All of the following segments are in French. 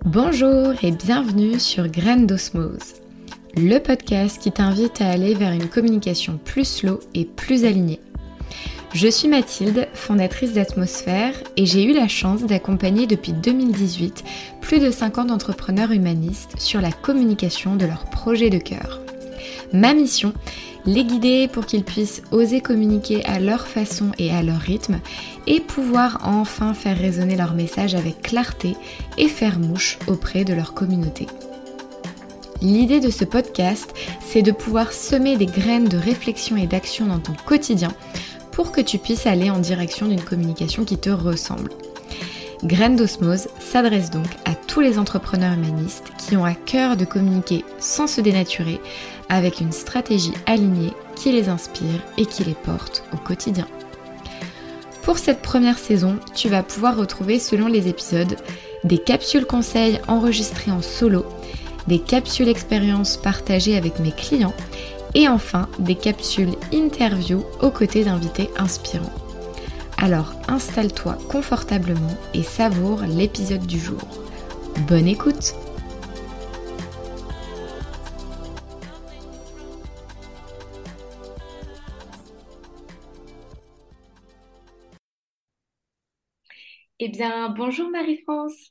Bonjour et bienvenue sur Graines d'Osmose, le podcast qui t'invite à aller vers une communication plus slow et plus alignée. Je suis Mathilde, fondatrice d'Atmosphère, et j'ai eu la chance d'accompagner depuis 2018 plus de 50 entrepreneurs humanistes sur la communication de leurs projets de cœur. Ma mission, les guider pour qu'ils puissent oser communiquer à leur façon et à leur rythme et pouvoir enfin faire résonner leur message avec clarté et faire mouche auprès de leur communauté. L'idée de ce podcast, c'est de pouvoir semer des graines de réflexion et d'action dans ton quotidien pour que tu puisses aller en direction d'une communication qui te ressemble. Graines d'Osmose s'adresse donc à tous les entrepreneurs humanistes qui ont à cœur de communiquer sans se dénaturer, avec une stratégie alignée qui les inspire et qui les porte au quotidien. Pour cette première saison, tu vas pouvoir retrouver selon les épisodes des capsules conseils enregistrées en solo, des capsules expériences partagées avec mes clients et enfin des capsules interviews aux côtés d'invités inspirants. Alors installe-toi confortablement et savoure l'épisode du jour. Bonne écoute! Eh bien, bonjour Marie-France.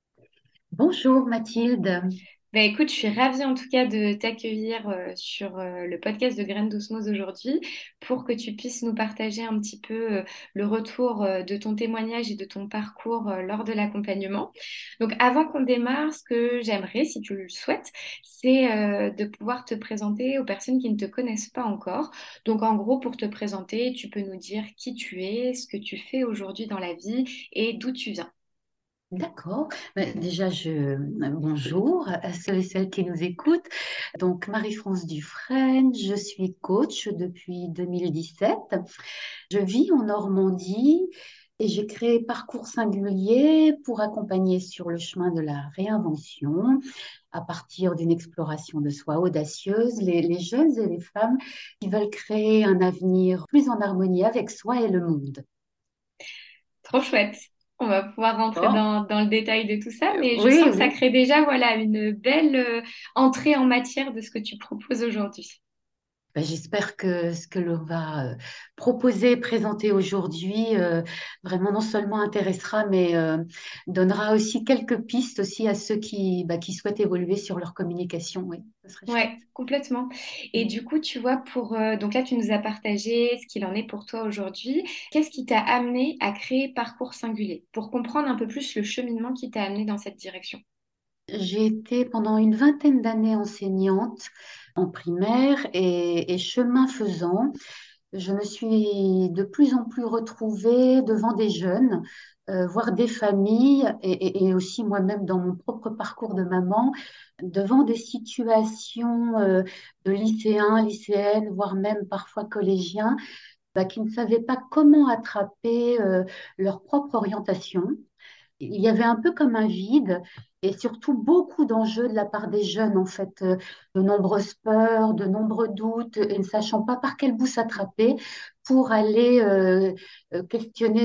Bonjour Mathilde. Écoute, je suis ravie en tout cas de t'accueillir sur le podcast de Graines d'Osmose aujourd'hui pour que tu puisses nous partager un petit peu le retour de ton témoignage et de ton parcours lors de l'accompagnement. Donc avant qu'on démarre, ce que j'aimerais, si tu le souhaites, c'est de pouvoir te présenter aux personnes qui ne te connaissent pas encore. Donc en gros, pour te présenter, tu peux nous dire qui tu es, ce que tu fais aujourd'hui dans la vie et d'où tu viens. D'accord. Déjà, bonjour à ceux et celles qui nous écoutent. Donc, Marie-France Dufresne, je suis coach depuis 2017. Je vis en Normandie et j'ai créé Parcours Singulier pour accompagner sur le chemin de la réinvention à partir d'une exploration de soi audacieuse, les jeunes et les femmes qui veulent créer un avenir plus en harmonie avec soi et le monde. Trop chouette. On va pouvoir rentrer Bon. dans le détail de tout ça, mais je Oui, sens que ça oui. crée déjà voilà, une belle entrée en matière de ce que tu proposes aujourd'hui. J'espère que ce que l'on va proposer, présenter aujourd'hui, vraiment non seulement intéressera, mais donnera aussi quelques pistes aussi à ceux qui souhaitent évoluer sur leur communication. Oui, ce serait chouette. Ouais, complètement. Et Mm. du coup, tu vois, donc là, tu nous as partagé ce qu'il en est pour toi aujourd'hui. Qu'est-ce qui t'a amené à créer Parcours Singulier pour comprendre un peu plus le cheminement qui t'a amené dans cette direction? J'ai été pendant une vingtaine d'années enseignante en primaire et chemin faisant, je me suis de plus en plus retrouvée devant des jeunes, voire des familles, et aussi moi-même dans mon propre parcours de maman, devant des situations de lycéens, lycéennes, voire même parfois collégiens, qui ne savaient pas comment attraper leur propre orientation. Il y avait un peu comme un vide et surtout beaucoup d'enjeux de la part des jeunes, en fait, de nombreuses peurs, de nombreux doutes et ne sachant pas par quel bout s'attraper pour aller questionner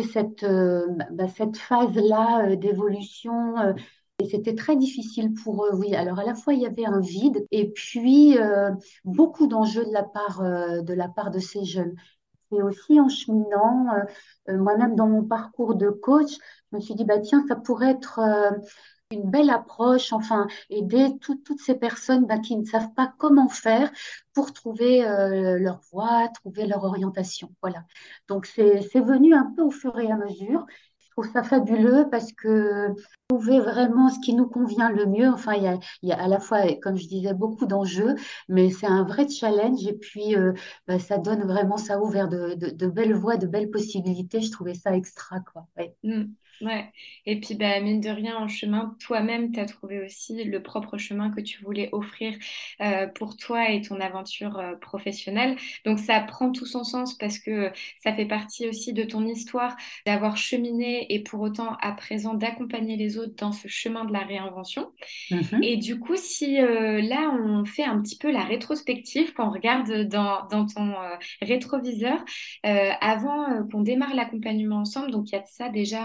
cette phase-là d'évolution. Et c'était très difficile pour eux, oui. Alors à la fois, il y avait un vide et puis beaucoup d'enjeux de la part de ces jeunes. Et aussi en cheminant, moi-même dans mon parcours de coach, je me suis dit, bah, tiens, ça pourrait être une belle approche, enfin, aider toutes ces personnes qui ne savent pas comment faire pour trouver leur voie, trouver leur orientation. Voilà. Donc, c'est venu un peu au fur et à mesure. Je trouve ça fabuleux parce que trouver vraiment ce qui nous convient le mieux. Enfin, il y a à la fois, comme je disais, beaucoup d'enjeux, mais c'est un vrai challenge. Et puis, ça donne vraiment, ça ouvre vers de belles voies, de belles possibilités. Je trouvais ça extra, quoi. Ouais. Mm, ouais. Et puis, bah, mine de rien, en chemin, toi-même, tu as trouvé aussi le propre chemin que tu voulais offrir pour toi et ton aventure professionnelle. Donc, ça prend tout son sens parce que ça fait partie aussi de ton histoire d'avoir cheminé et pour autant, à présent, d'accompagner les autres dans ce chemin de la réinvention. Mhm. Et du coup, si là, on fait un petit peu la rétrospective, quand on regarde dans ton rétroviseur, avant qu'on démarre l'accompagnement ensemble, donc il y a de ça déjà un peu plus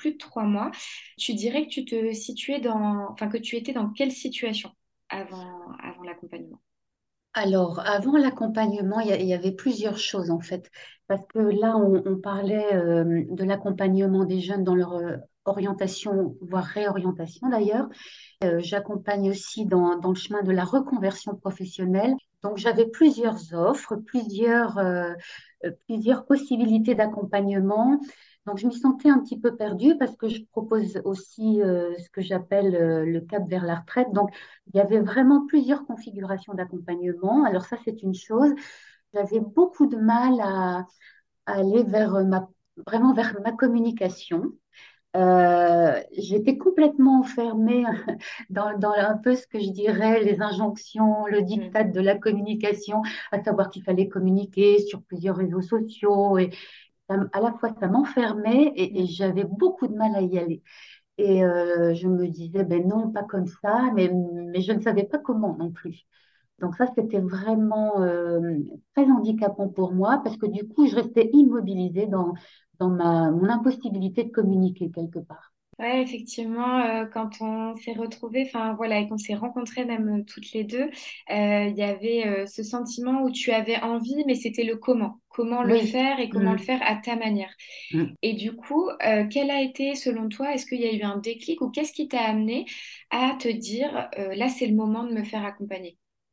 plus de 3 mois. Tu dirais que tu te situais que tu étais dans quelle situation avant l'accompagnement? Alors, avant l'accompagnement, il y avait plusieurs choses en fait. Parce que là, on parlait de l'accompagnement des jeunes dans leur orientation, voire réorientation d'ailleurs. J'accompagne aussi dans le chemin de la reconversion professionnelle. Donc, j'avais plusieurs offres, plusieurs possibilités d'accompagnement. Donc, je m'y sentais un petit peu perdue parce que je propose aussi ce que j'appelle le cap vers la retraite. Donc, il y avait vraiment plusieurs configurations d'accompagnement. Alors, ça, c'est une chose. J'avais beaucoup de mal à aller vraiment vers ma communication. J'étais complètement enfermée dans un peu ce que je dirais les injonctions, le Mm. diktat de la communication, à savoir qu'il fallait communiquer sur plusieurs réseaux sociaux. Et à la fois, ça m'enfermait et Mm. j'avais beaucoup de mal à y aller. Et je me disais, ben non, pas comme ça, mais je ne savais pas comment non plus. Donc ça, c'était vraiment très handicapant pour moi parce que du coup, je restais immobilisée dans mon impossibilité de communiquer quelque part. Ouais, effectivement, quand on s'est retrouvés, enfin voilà, et qu'on s'est rencontrés même toutes les deux, il y avait ce sentiment où tu avais envie, mais c'était le comment le Oui. faire et comment le Mm, faire à ta manière. mm. Et du coup, quel a été, selon toi, est-ce qu'il y a eu un déclic ou qu'est-ce qui t'a amené à te dire, là, c'est le moment de me faire accompagner?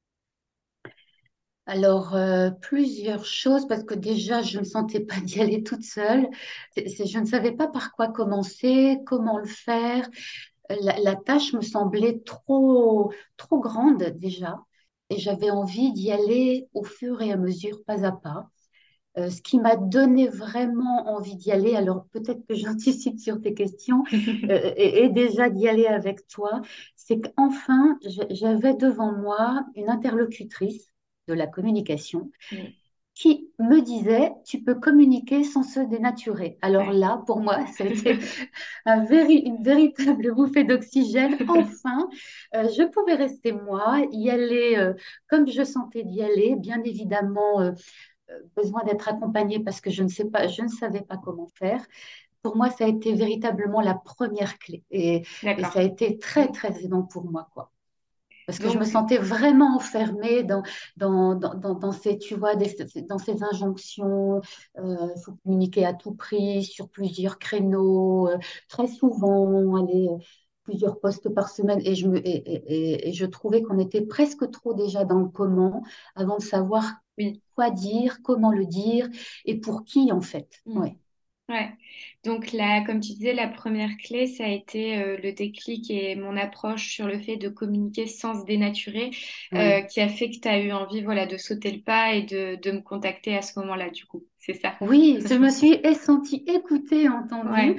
Alors, plusieurs choses, parce que déjà, je ne me sentais pas d'y aller toute seule. Je ne savais pas par quoi commencer, comment le faire. La tâche me semblait trop grande déjà. Et j'avais envie d'y aller au fur et à mesure, pas à pas. Ce qui m'a donné vraiment envie d'y aller, alors peut-être que j'anticipe sur tes questions, et déjà d'y aller avec toi, c'est qu'enfin, j'avais devant moi une interlocutrice de la communication Mm. qui me disait, tu peux communiquer sans se dénaturer. Alors Ouais. là, pour moi, ça a été une véritable bouffée d'oxygène. Enfin, je pouvais rester moi, y aller comme je sentais d'y aller, bien évidemment besoin d'être accompagnée parce que je ne savais pas comment faire. Pour moi, ça a été véritablement la première clé et ça a D'accord. été très, Mm. très aidant pour moi, quoi. Parce que je me Donc, sentais vraiment enfermée dans ces, tu vois, dans ces injonctions. Il faut communiquer à tout prix, sur plusieurs créneaux, très souvent, aller plusieurs postes par semaine. Et je trouvais qu'on était presque trop déjà dans le comment avant de savoir oui. quoi dire, comment le dire et pour qui, en fait. Mm. Ouais. Ouais. Donc là, comme tu disais, la première clé, ça a été le déclic et mon approche sur le fait de communiquer sans se dénaturer, Ouais. qui a fait que tu as eu envie, voilà, de sauter le pas et de me contacter à ce moment-là, du coup. C'est ça. Oui, je me suis sentie écoutée, entendue, Ouais.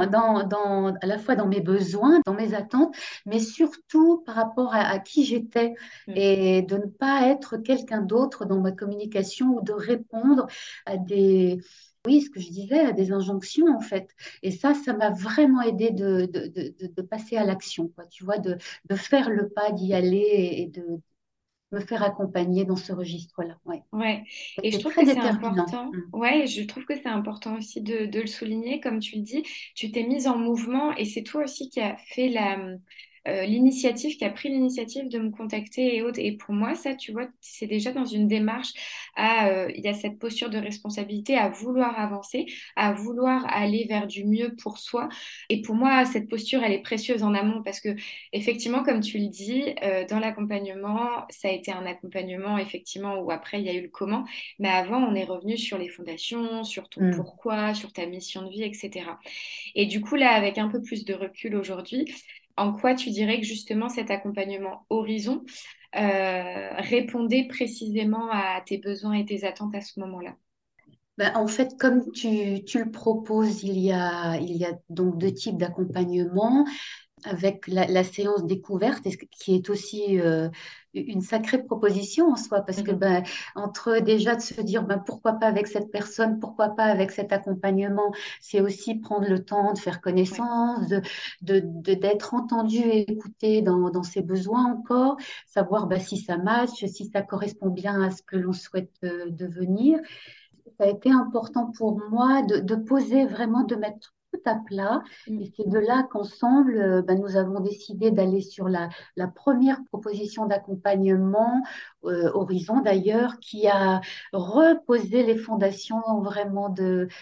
à la fois dans mes besoins, dans mes attentes, mais surtout par rapport à qui j'étais Mm. et de ne pas être quelqu'un d'autre dans ma communication ou de répondre à oui, ce que je disais, à des injonctions en fait. Et ça m'a vraiment aidé de passer à l'action, quoi, tu vois, de faire le pas, d'y aller et de me faire accompagner dans ce registre-là. Ouais. Ouais, et je C'était trouve très que c'est déterminant. important. Mm. Ouais, je trouve que c'est important aussi de le souligner. Comme tu le dis, tu t'es mise en mouvement et c'est toi aussi qui as fait l'initiative, qui a pris l'initiative de me contacter et autres. Et pour moi, ça, tu vois, c'est déjà dans une démarche il y a cette posture de responsabilité à vouloir avancer, à vouloir aller vers du mieux pour soi. Et pour moi, cette posture, elle est précieuse en amont parce que effectivement, comme tu le dis, dans l'accompagnement, ça a été un accompagnement effectivement où après il y a eu le comment, mais avant on est revenu sur les fondations, sur ton Mm. pourquoi, sur ta mission de vie, etc. Et du coup là, avec un peu plus de recul aujourd'hui, en quoi tu dirais que justement cet accompagnement horizon répondait précisément à tes besoins et tes attentes à ce moment-là? Ben, en fait, comme tu le proposes, il y a donc deux types d'accompagnement avec la séance découverte, qui est aussi une sacrée proposition en soi, parce que Mhm. ben, entre déjà de se dire ben, pourquoi pas avec cette personne, pourquoi pas avec cet accompagnement, c'est aussi prendre le temps de faire Ouais. connaissance, d'être entendu et écouté dans ses besoins encore, savoir ben, si ça match, si ça correspond bien à ce que l'on souhaite devenir. Ça a été important pour moi de poser vraiment, de mettre à plat. Mm. Et c'est de là qu'ensemble, nous avons décidé d'aller sur la première proposition d'accompagnement, Horizon d'ailleurs, qui a reposé les fondations vraiment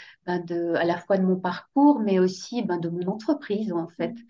à la fois de mon parcours, mais aussi de mon entreprise en fait. Mm.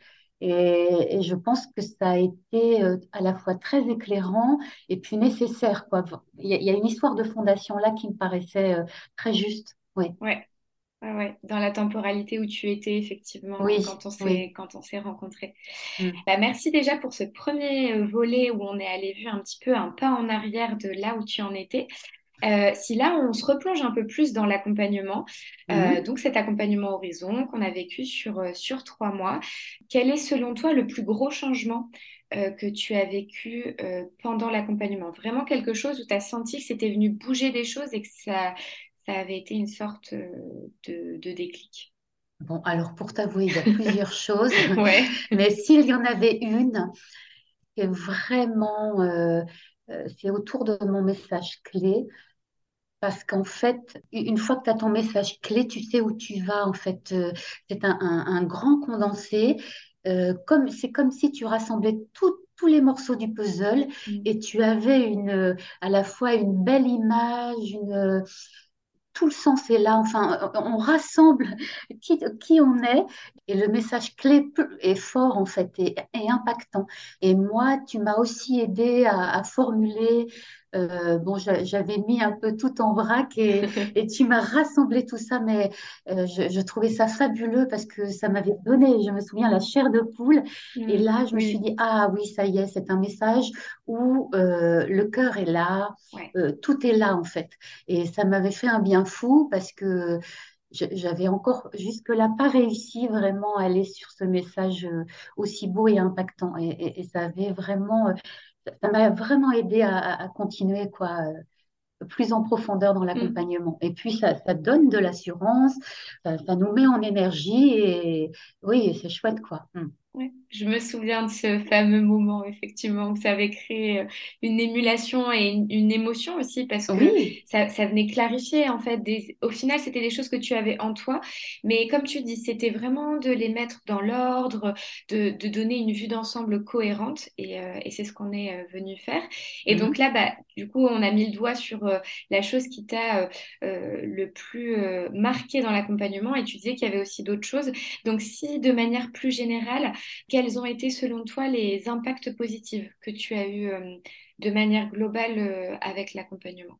Et je pense que ça a été à la fois très éclairant et puis nécessaire, quoi. Il y a une histoire de fondation là qui me paraissait très juste. Oui, Ouais. Ouais, ouais, dans la temporalité où tu étais effectivement oui, oui. quand on s'est rencontrés. Mm. Bah, merci déjà pour ce premier volet où on est allé vu un petit peu un pas en arrière de là où tu en étais. Si là on se replonge un peu plus dans l'accompagnement, Mhm. donc cet accompagnement Horizon qu'on a vécu sur 3 mois, quel est selon toi le plus gros changement que tu as vécu pendant l'accompagnement? Vraiment quelque chose où tu as senti que c'était venu bouger des choses et que ça avait été une sorte de déclic. Bon, alors pour t'avouer, il y a plusieurs choses, Ouais. mais s'il y en avait une, c'est vraiment, c'est autour de mon message clé. Parce qu'en fait, une fois que tu as ton message clé, tu sais où tu vas. En fait, c'est un grand condensé. C'est comme si tu rassemblais tous les morceaux du puzzle Mm. et tu avais à la fois une belle image, tout le sens est là. Enfin, on rassemble qui on est et le message clé est fort en fait et impactant. Et moi, tu m'as aussi aidé à formuler. Bon, j'avais mis un peu tout en vrac et tu m'as rassemblé tout ça, mais je trouvais ça fabuleux parce que ça m'avait donné, je me souviens, la chair de poule. Et Mm. là, je me suis Oui, dit, ah oui, ça y est, c'est un message où le cœur est là, ouais. tout est là en fait. Et ça m'avait fait un bien fou parce que j'avais encore jusque-là pas réussi vraiment à aller sur ce message aussi beau et impactant. Et ça avait vraiment, ça m'a vraiment aidé à continuer quoi, plus en profondeur dans Mm. l'accompagnement. Et puis ça donne de l'assurance, ça nous met en énergie et oui, c'est chouette quoi. Mm. Ouais, je me souviens de ce fameux moment, effectivement, où ça avait créé une émulation et une émotion aussi, parce que Oui. ça venait clarifier, en fait, au final, c'était des choses que tu avais en toi, mais comme tu dis, c'était vraiment de les mettre dans l'ordre, de donner une vue d'ensemble cohérente, et c'est ce qu'on est venu faire. Et donc Mhm. là, bah, du coup, on a mis le doigt sur la chose qui t'a le plus marqué dans l'accompagnement, et tu disais qu'il y avait aussi d'autres choses. Donc si, de manière plus générale, quels ont été, selon toi, les impacts positifs que tu as eus de manière globale avec l'accompagnement?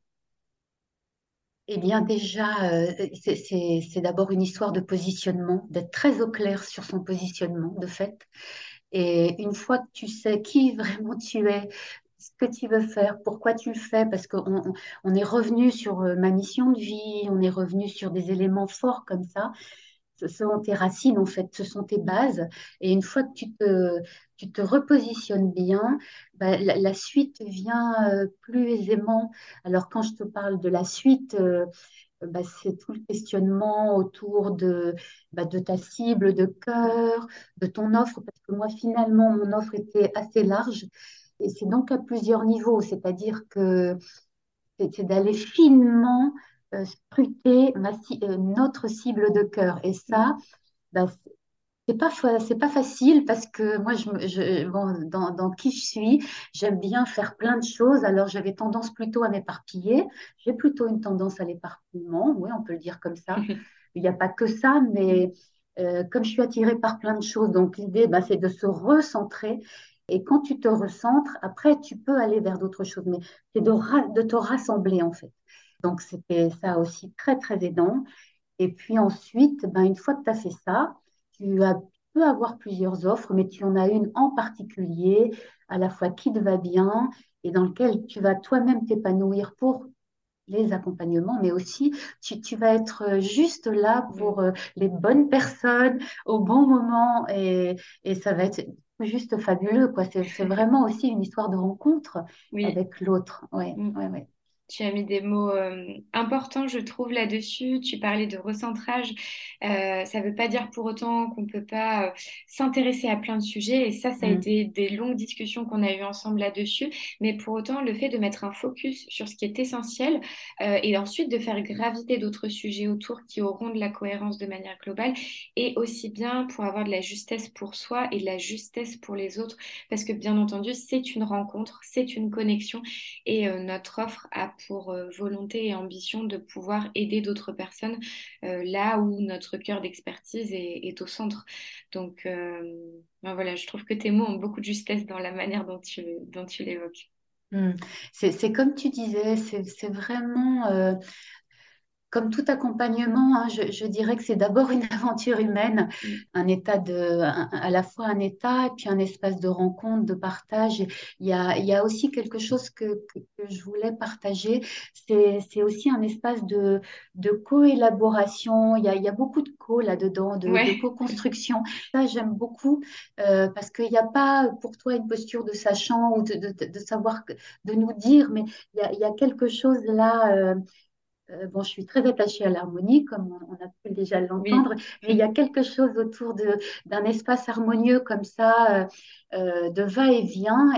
Eh bien, déjà, c'est d'abord une histoire de positionnement, d'être très au clair sur son positionnement, de fait. Et une fois que tu sais qui vraiment tu es, ce que tu veux faire, pourquoi tu le fais, parce qu'on est revenu sur ma mission de vie, on est revenu sur des éléments forts comme ça. Ce sont tes racines, en fait, ce sont tes Mm. bases. Et une fois que tu te repositionnes bien, la suite vient plus aisément. Alors, quand je te parle de la suite, c'est tout le questionnement autour de ta cible de Mm. cœur, de ton offre, parce que moi, finalement, mon offre était assez large. Et c'est donc à plusieurs niveaux, c'est-à-dire que c'est d'aller finement scruter notre cible de cœur. Et Mm. ça, bah, c'est pas facile parce que moi, bon, dans qui je suis, j'aime bien faire plein de choses. Alors, j'avais tendance plutôt à m'éparpiller. J'ai plutôt une tendance à l'éparpillement. Oui, on peut le dire comme ça. Il n'y a pas que ça, mais comme je suis attirée par plein de choses, donc l'idée, c'est de se recentrer. Et quand tu te recentres, après, tu peux aller vers d'autres choses. Mais c'est de te rassembler, en fait. Donc, c'était ça aussi très, très aidant. Et puis ensuite, une fois que tu as fait ça, peux avoir plusieurs offres, mais tu en as une en particulier, à la fois qui te va bien et dans lequel tu vas toi-même t'épanouir pour les accompagnements, mais aussi tu vas être juste là Mm. pour les bonnes personnes au bon moment et ça va être juste fabuleux, quoi. C'est vraiment aussi une histoire de rencontre Oui. avec l'autre. Ouais, Mm. ouais, ouais. Tu as mis des mots importants, je trouve, là-dessus. Tu parlais de recentrage. Ça ne veut pas dire pour autant qu'on ne peut pas s'intéresser à plein de sujets. Et ça a Mm, été des longues discussions qu'on a eues ensemble là-dessus. Mais pour autant, le fait de mettre un focus sur ce qui est essentiel et ensuite de faire graviter d'autres sujets autour qui auront de la cohérence de manière globale et aussi bien pour avoir de la justesse pour soi et de la justesse pour les autres. Parce que bien entendu, c'est une rencontre, c'est une connexion. Et notre offre a pour volonté et ambition de pouvoir aider d'autres personnes là où notre cœur d'expertise est au centre. Donc ben voilà, je trouve que tes mots ont beaucoup de justesse dans la manière dont tu l'évoques. mm. C'est comme tu disais, c'est vraiment comme tout accompagnement, hein, je dirais que c'est d'abord une aventure humaine, Mm. à la fois un état et puis un espace de rencontre, de partage. Il y a aussi quelque chose que je voulais partager, c'est aussi un espace de co-élaboration. Il y a beaucoup de co là-dedans, de Ouais, co-construction. Ça, j'aime beaucoup parce qu'il n'y a pas pour toi une posture de sachant ou de savoir, de nous dire, mais il y a quelque chose là. Bon, je suis très attachée à l'harmonie, comme on a pu déjà oui. l'entendre, mais il y a quelque chose autour d'un espace harmonieux comme ça, de va-et-vient,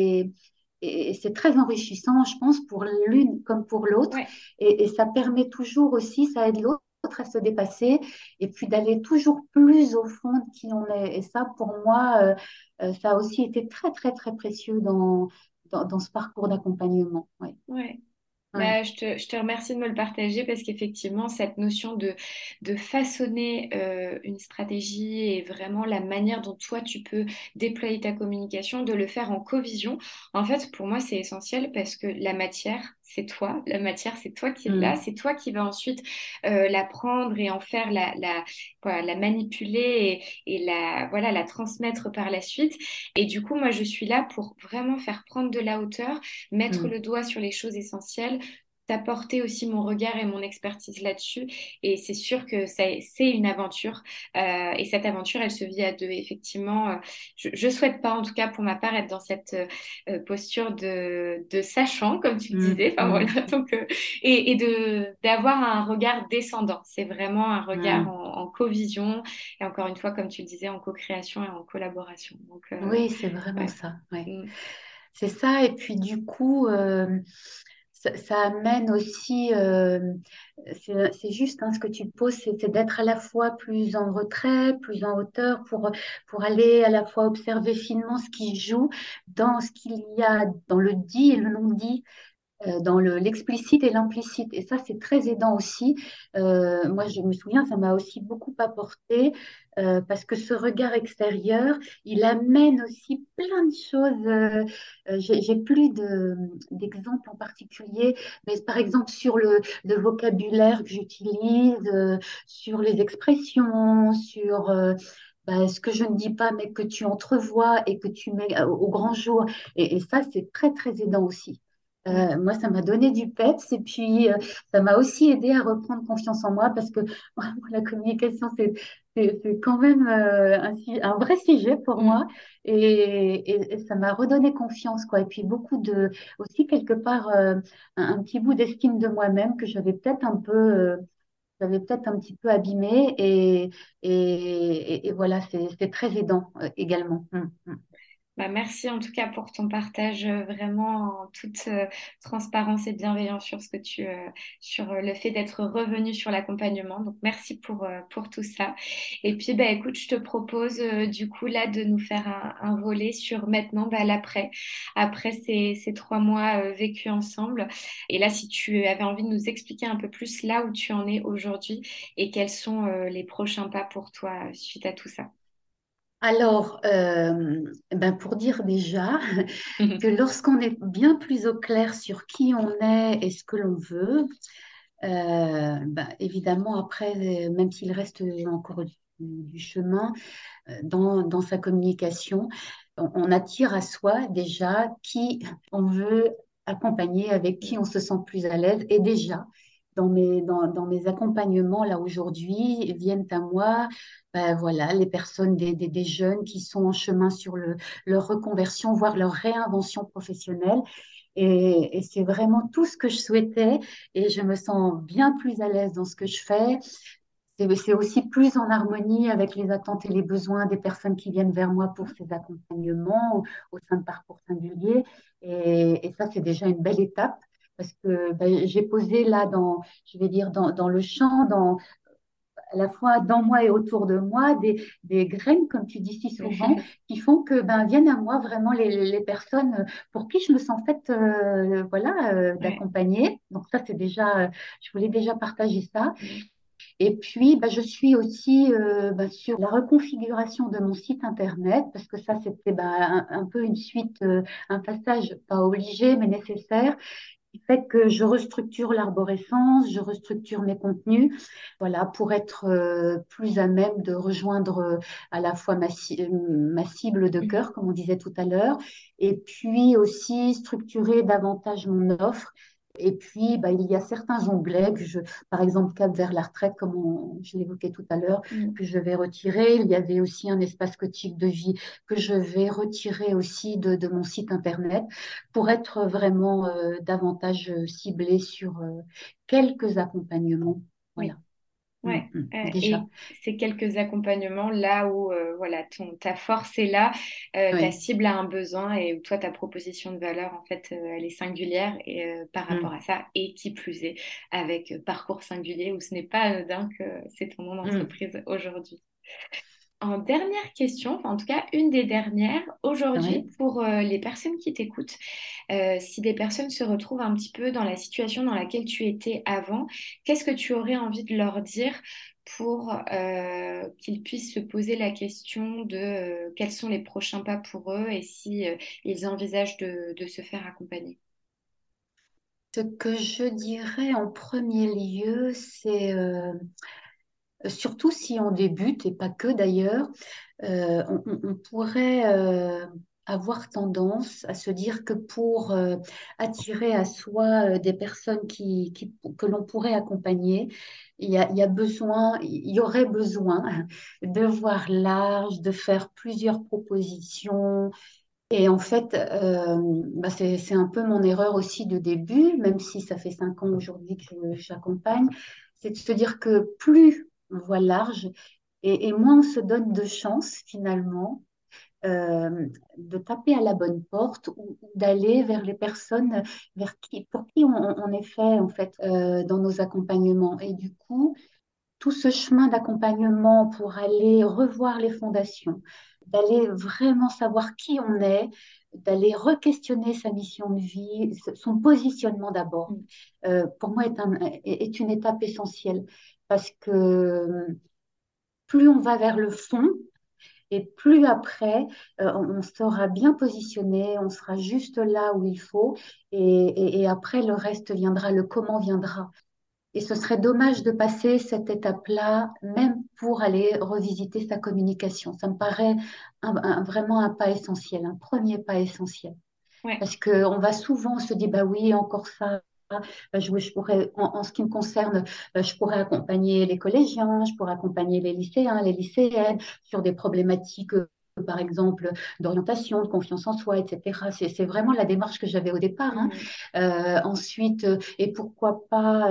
et c'est très enrichissant, je pense, pour l'une comme pour l'autre, Ouais. et ça permet toujours aussi, ça aide l'autre à se dépasser, et puis d'aller toujours plus au fond de qui on est. Et ça, pour moi, ça a aussi été très, très, très précieux dans ce parcours d'accompagnement. Ouais, Ouais. ouais. Bah, je te remercie de me le partager parce qu'effectivement, cette notion de façonner une stratégie et vraiment la manière dont toi, tu peux déployer ta communication, de le faire en covision, en fait, pour moi, c'est essentiel parce que la matière, c'est toi. La matière, c'est toi qui l'as. Mm, C'est toi qui vas ensuite la prendre et en faire voilà, la manipuler et voilà, la transmettre par la suite. Et du coup, moi, je suis là pour vraiment faire prendre de la hauteur, mettre mm. le doigt sur les choses essentielles, d'apporter aussi mon regard et mon expertise là-dessus. Et c'est sûr que c'est une aventure. Et cette aventure, elle se vit à deux. Effectivement, je souhaite pas, en tout cas pour ma part, être dans cette posture de sachant, comme tu le Mm, disais. Enfin voilà. mm, Donc, et d'avoir un regard descendant. C'est vraiment un regard mm. en co-vision. Et encore une fois, comme tu le disais, en co-création et en collaboration. Donc, Oui, c'est vraiment ouais. ça. Ouais. Mm. C'est ça. Et puis du coup, ça amène aussi, c'est juste hein, ce que tu poses, c'est d'être à la fois plus en retrait, plus en hauteur, pour aller à la fois observer finement ce qui joue dans ce qu'il y a dans le dit et le non-dit, dans l'explicite et l'implicite. Et ça, c'est très aidant aussi. Moi, je me souviens, ça m'a aussi beaucoup apporté parce que ce regard extérieur, il amène aussi plein de choses. J'ai plus d'exemples en particulier, mais par exemple sur le vocabulaire que j'utilise, sur les expressions, sur ce que je ne dis pas, mais que tu entrevois et que tu mets au grand jour. Et ça, c'est très, très aidant aussi. Ouais. Moi, ça m'a donné du peps et puis ça m'a aussi aidé à reprendre confiance en moi parce que vraiment, la communication, c'est quand même un vrai sujet pour moi Mm. et ça m'a redonné confiance, quoi. Et puis aussi quelque part, un petit bout d'estime de moi-même que j'avais peut-être un petit peu abîmé et voilà, c'est très aidant également. Bah, merci en tout cas pour ton partage vraiment en toute transparence et bienveillance sur ce que sur le fait d'être revenu sur l'accompagnement. Donc merci pour tout ça. Et puis bah écoute, je te propose du coup là de nous faire un volet sur maintenant bah, l'après, après ces 3 mois vécus ensemble. Et là, si tu avais envie de nous expliquer un peu plus là où tu en es aujourd'hui et quels sont les prochains pas pour toi suite à tout ça. Alors, ben pour dire déjà que lorsqu'on est bien plus au clair sur qui on est et ce que l'on veut, ben évidemment, après, même s'il reste encore du chemin dans sa communication, on attire à soi déjà qui on veut accompagner, avec qui on se sent plus à l'aise. Et déjà, dans mes accompagnements, là aujourd'hui, viennent à moi ben, voilà, les personnes, des jeunes qui sont en chemin sur leur reconversion, voire leur réinvention professionnelle Et c'est vraiment tout ce que je souhaitais et je me sens bien plus à l'aise dans ce que je fais. C'est aussi plus en harmonie avec les attentes et les besoins des personnes qui viennent vers moi pour ces accompagnements au sein de Parcours Singulier. Et ça, c'est déjà une belle étape parce que ben, j'ai posé là je vais dire, dans le champ, à la fois dans moi et autour de moi, des graines, comme tu dis si souvent, qui font que ben, viennent à moi vraiment les personnes pour qui je me sens faite voilà, Ouais. d'accompagner. Donc ça, c'est déjà, je voulais déjà partager ça. Mm. Et puis, bah, je suis aussi bah, sur la reconfiguration de mon site internet, parce que ça, c'était bah, un peu une suite, un passage pas obligé, mais nécessaire, qui fait que je restructure l'arborescence, je restructure mes contenus, voilà, pour être plus à même de rejoindre à la fois ma cible de Mhm. cœur, comme on disait tout à l'heure, et puis aussi structurer davantage mon offre. Et puis, bah, il y a certains onglets par exemple, Cap vers la retraite, comme je l'évoquais tout à l'heure, Mm. que je vais retirer. Il y avait aussi un espace coaching de vie que je vais retirer aussi de mon site internet pour être vraiment davantage ciblée sur quelques accompagnements. Voilà. Oui. Ouais. Déjà. Et ces quelques accompagnements là où voilà, ta force est là, ta Oui. cible a un besoin et où toi, ta proposition de valeur, en fait, elle est singulière et, par rapport Mm. à ça. Et qui plus est, avec parcours singulier, où ce n'est pas anodin que c'est ton nom Mm. d'entreprise aujourd'hui. En dernière question, enfin, en tout cas une des dernières, aujourd'hui, Oui. pour les personnes qui t'écoutent, si des personnes se retrouvent un petit peu dans la situation dans laquelle tu étais avant, qu'est-ce que tu aurais envie de leur dire pour qu'ils puissent se poser la question de quels sont les prochains pas pour eux et si ils envisagent de se faire accompagner? Ce que je dirais en premier lieu, c'est surtout si on débute, et pas que d'ailleurs, on pourrait avoir tendance à se dire que pour attirer à soi des personnes que l'on pourrait accompagner, il y a besoin, il y aurait besoin de voir large, de faire plusieurs propositions. Et en fait, bah c'est un peu mon erreur aussi de début, même si ça fait 5 ans aujourd'hui que j'accompagne, c'est de se dire que plus on voit large et moins on se donne de chance finalement euh, de taper à la bonne porte ou d'aller vers les personnes pour qui on est fait en fait dans nos accompagnements. Et du coup, tout ce chemin d'accompagnement pour aller revoir les fondations, d'aller vraiment savoir qui on est, d'aller re-questionner sa mission de vie, son positionnement d'abord, Mm. pour moi est une étape essentielle parce que plus on va vers le fond, et plus après, on sera bien positionné, on sera juste là où il faut, et après, le reste viendra, le comment viendra. Et ce serait dommage de passer cette étape-là, même pour aller revisiter sa communication. Ça me paraît vraiment un pas essentiel, un premier pas essentiel. Ouais. Parce qu'on va souvent se dire, bah oui, encore ça. Je pourrais, en ce qui me concerne, je pourrais accompagner les collégiens, je pourrais accompagner les lycéens, les lycéennes sur des problématiques, par exemple, d'orientation, de confiance en soi, etc. C'est vraiment la démarche que j'avais au départ, hein. Mhm. Ensuite, et pourquoi pas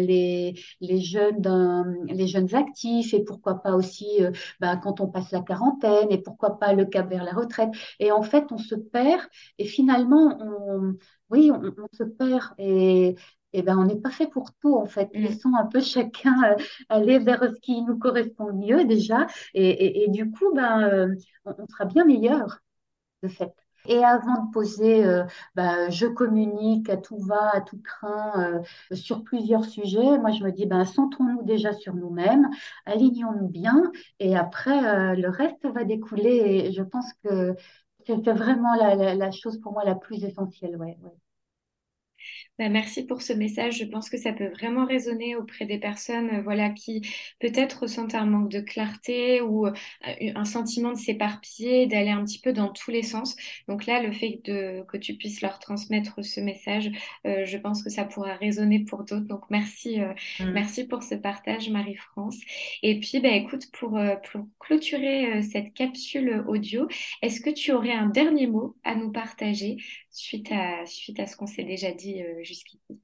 les jeunes actifs, et pourquoi pas aussi bah, quand on passe la quarantaine, et pourquoi pas le cap vers la retraite. Et en fait, on se perd, et finalement, oui, on se perd et ben, on n'est pas fait pour tout en fait. Mm. Laissons un peu chacun aller vers ce qui nous correspond le mieux déjà. Et du coup, ben, on sera bien meilleur de fait. Et avant de poser, ben, je communique à tout va, à tout train, sur plusieurs sujets. Moi, je me dis, ben, centrons-nous déjà sur nous-mêmes, alignons-nous bien, et après, le reste va découler. Et je pense que c'est vraiment la chose pour moi la plus essentielle. Ouais, ouais. Bah, merci pour ce message. Je pense que ça peut vraiment résonner auprès des personnes, voilà, qui peut-être ressentent un manque de clarté ou un sentiment de s'éparpiller, d'aller un petit peu dans tous les sens. Donc là, le fait que tu puisses leur transmettre ce message, je pense que ça pourra résonner pour d'autres. Donc Mm. merci pour ce partage, Marie-France. Et puis, bah, écoute, pour clôturer cette capsule audio, est-ce que tu aurais un dernier mot à nous partager suite à ce qu'on s'est déjà dit jusqu'ici?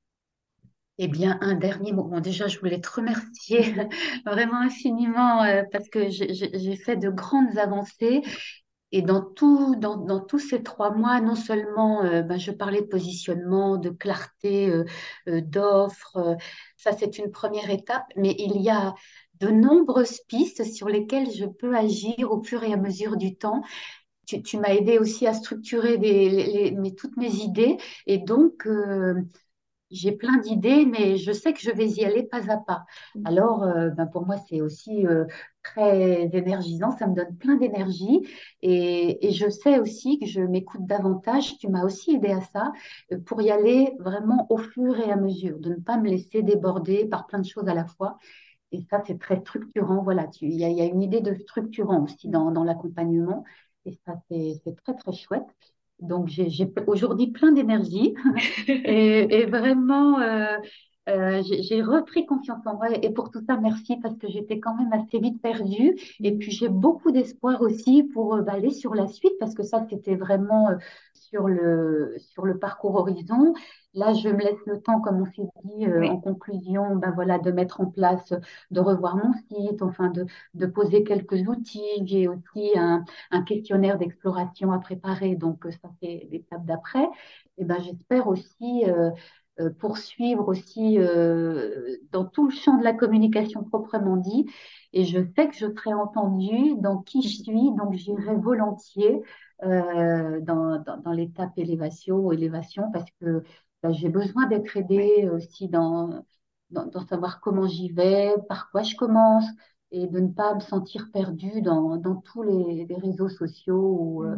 Eh bien, un dernier mot. Bon, déjà, je voulais te remercier vraiment infiniment parce que j'ai fait de grandes avancées. Et dans tous ces 3 mois, non seulement ben, je parlais de positionnement, de clarté, d'offres, ça c'est une première étape, mais il y a de nombreuses pistes sur lesquelles je peux agir au fur et à mesure du temps. Tu m'as aidé aussi à structurer toutes mes idées et donc j'ai plein d'idées, mais je sais que je vais y aller pas à pas. Alors, ben pour moi, c'est aussi très énergisant, ça me donne plein d'énergie et je sais aussi que je m'écoute davantage. Tu m'as aussi aidé à ça pour y aller vraiment au fur et à mesure, de ne pas me laisser déborder par plein de choses à la fois. Et ça, c'est très structurant. Voilà, il y a une idée de structurant aussi dans l'accompagnement. Et ça, c'est très, très chouette. Donc, j'ai aujourd'hui plein d'énergie et vraiment, j'ai repris confiance en moi. Et pour tout ça, merci parce que j'étais quand même assez vite perdue. Et puis, j'ai beaucoup d'espoir aussi pour bah, aller sur la suite parce que ça, c'était vraiment sur le parcours Horizon. Là, je me laisse le temps, comme on s'est dit en Oui. conclusion, ben voilà, de mettre en place, de revoir mon site, enfin de poser quelques outils. J'ai aussi un questionnaire d'exploration à préparer, donc ça c'est l'étape d'après. Et ben, j'espère aussi poursuivre aussi dans tout le champ de la communication proprement dit. Et je sais que je serai entendue dans qui je suis, donc j'irai volontiers dans l'étape élévation parce que ben, j'ai besoin d'être Ouais. aidée aussi dans savoir comment j'y vais, par quoi je commence et de ne pas me sentir perdue dans tous les réseaux sociaux.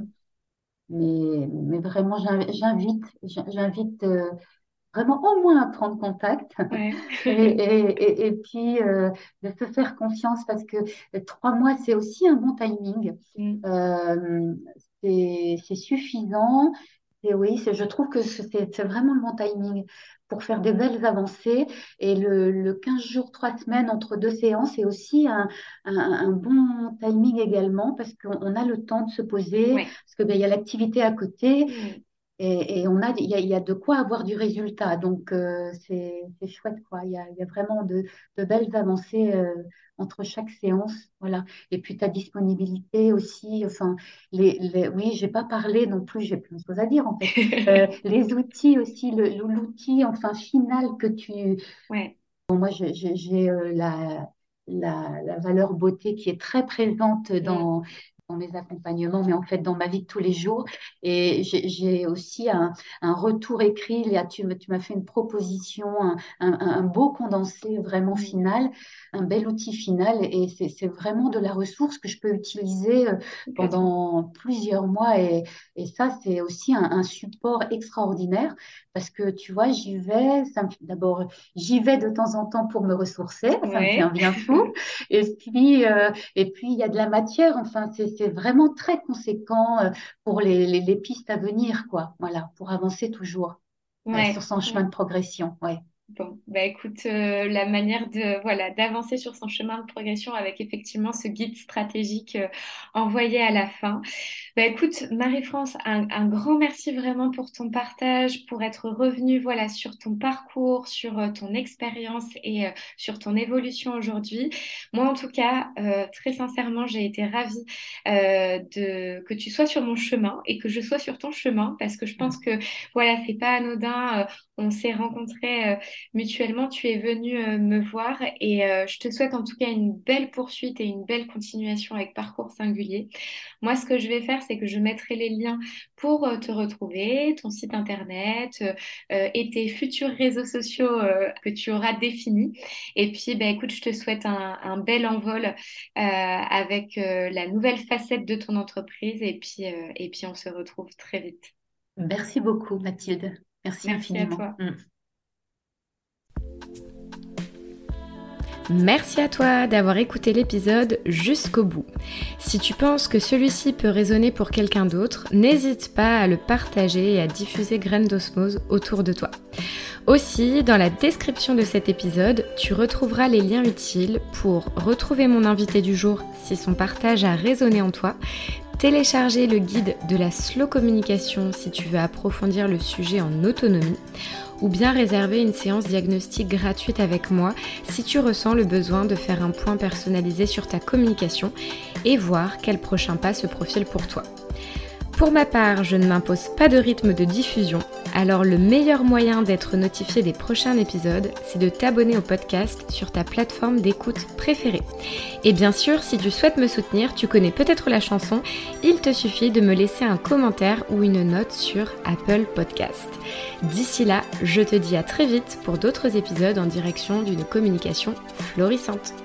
Mais vraiment, j'invite vraiment au moins à prendre contact Ouais. et puis de se faire confiance parce que 3 mois, c'est aussi un bon timing. Mm. Euh, c'est suffisant. Et oui, je trouve que c'est vraiment le bon timing pour faire des belles avancées. Et le 15 jours, 3 semaines entre deux séances est aussi un bon timing également parce qu'on a le temps de se poser, Ouais. parce que ben, il y a l'activité à côté. Mm. Et il y a de quoi avoir du résultat. Donc, c'est chouette, quoi. Il y a vraiment de belles avancées entre chaque séance. Voilà. Et puis, ta disponibilité aussi. Enfin, oui, j'ai pas parlé non plus, j'ai plein de choses à dire, en fait. Les outils aussi, l'outil, enfin, final que tu... Ouais. Bon, moi, j'ai la valeur beauté qui est très présente Mm. dans mes accompagnements, mais en fait dans ma vie de tous les jours. Et j'ai aussi un retour écrit. Là, tu m'as fait une proposition, un beau condensé vraiment Mm. final, un bel outil final. Et c'est vraiment de la ressource que je peux utiliser Complètement. pendant plusieurs mois. Et ça, c'est aussi un support extraordinaire parce que tu vois, j'y vais. D'abord, j'y vais de temps en temps pour me ressourcer, ça me fait un Ouais. bien fou. Et puis il y a de la matière, enfin, c'est vraiment très conséquent pour les pistes à venir, quoi. Voilà, pour avancer toujours sur Ouais. son chemin Ouais. de progression. Ouais. Bon, bah écoute, la manière de voilà d'avancer sur son chemin de progression avec effectivement ce guide stratégique envoyé à la fin. Bah écoute, Marie-France, un grand merci vraiment pour ton partage, pour être revenue voilà sur ton parcours, sur ton expérience et sur ton évolution aujourd'hui. Moi, en tout cas, très sincèrement, j'ai été ravie de que tu sois sur mon chemin et que je sois sur ton chemin parce que je pense que voilà, c'est pas anodin. On s'est rencontrés mutuellement, tu es venu me voir et je te souhaite en tout cas une belle poursuite et une belle continuation avec Parcours Singulier. Moi, ce que je vais faire, c'est que je mettrai les liens pour te retrouver, ton site internet et tes futurs réseaux sociaux que tu auras définis. Et puis, bah, écoute, je te souhaite un bel envol avec la nouvelle facette de ton entreprise et puis on se retrouve très vite. Merci beaucoup, Mathilde. Merci Merci à infiniment. toi. Merci à toi d'avoir écouté l'épisode jusqu'au bout. Si tu penses que celui-ci peut résonner pour quelqu'un d'autre, n'hésite pas à le partager et à diffuser Graines d'Osmose autour de toi. Aussi, dans la description de cet épisode, tu retrouveras les liens utiles pour retrouver mon invité du jour si son partage a résonné en toi, télécharger le guide de la slow communication si tu veux approfondir le sujet en autonomie, ou bien réserver une séance diagnostic gratuite avec moi si tu ressens le besoin de faire un point personnalisé sur ta communication et voir quel prochain pas se profile pour toi. Pour ma part, je ne m'impose pas de rythme de diffusion, alors le meilleur moyen d'être notifié des prochains épisodes, c'est de t'abonner au podcast sur ta plateforme d'écoute préférée. Et bien sûr, si tu souhaites me soutenir, tu connais peut-être la chanson, il te suffit de me laisser un commentaire ou une note sur Apple Podcast. D'ici là, je te dis à très vite pour d'autres épisodes en direction d'une communication florissante.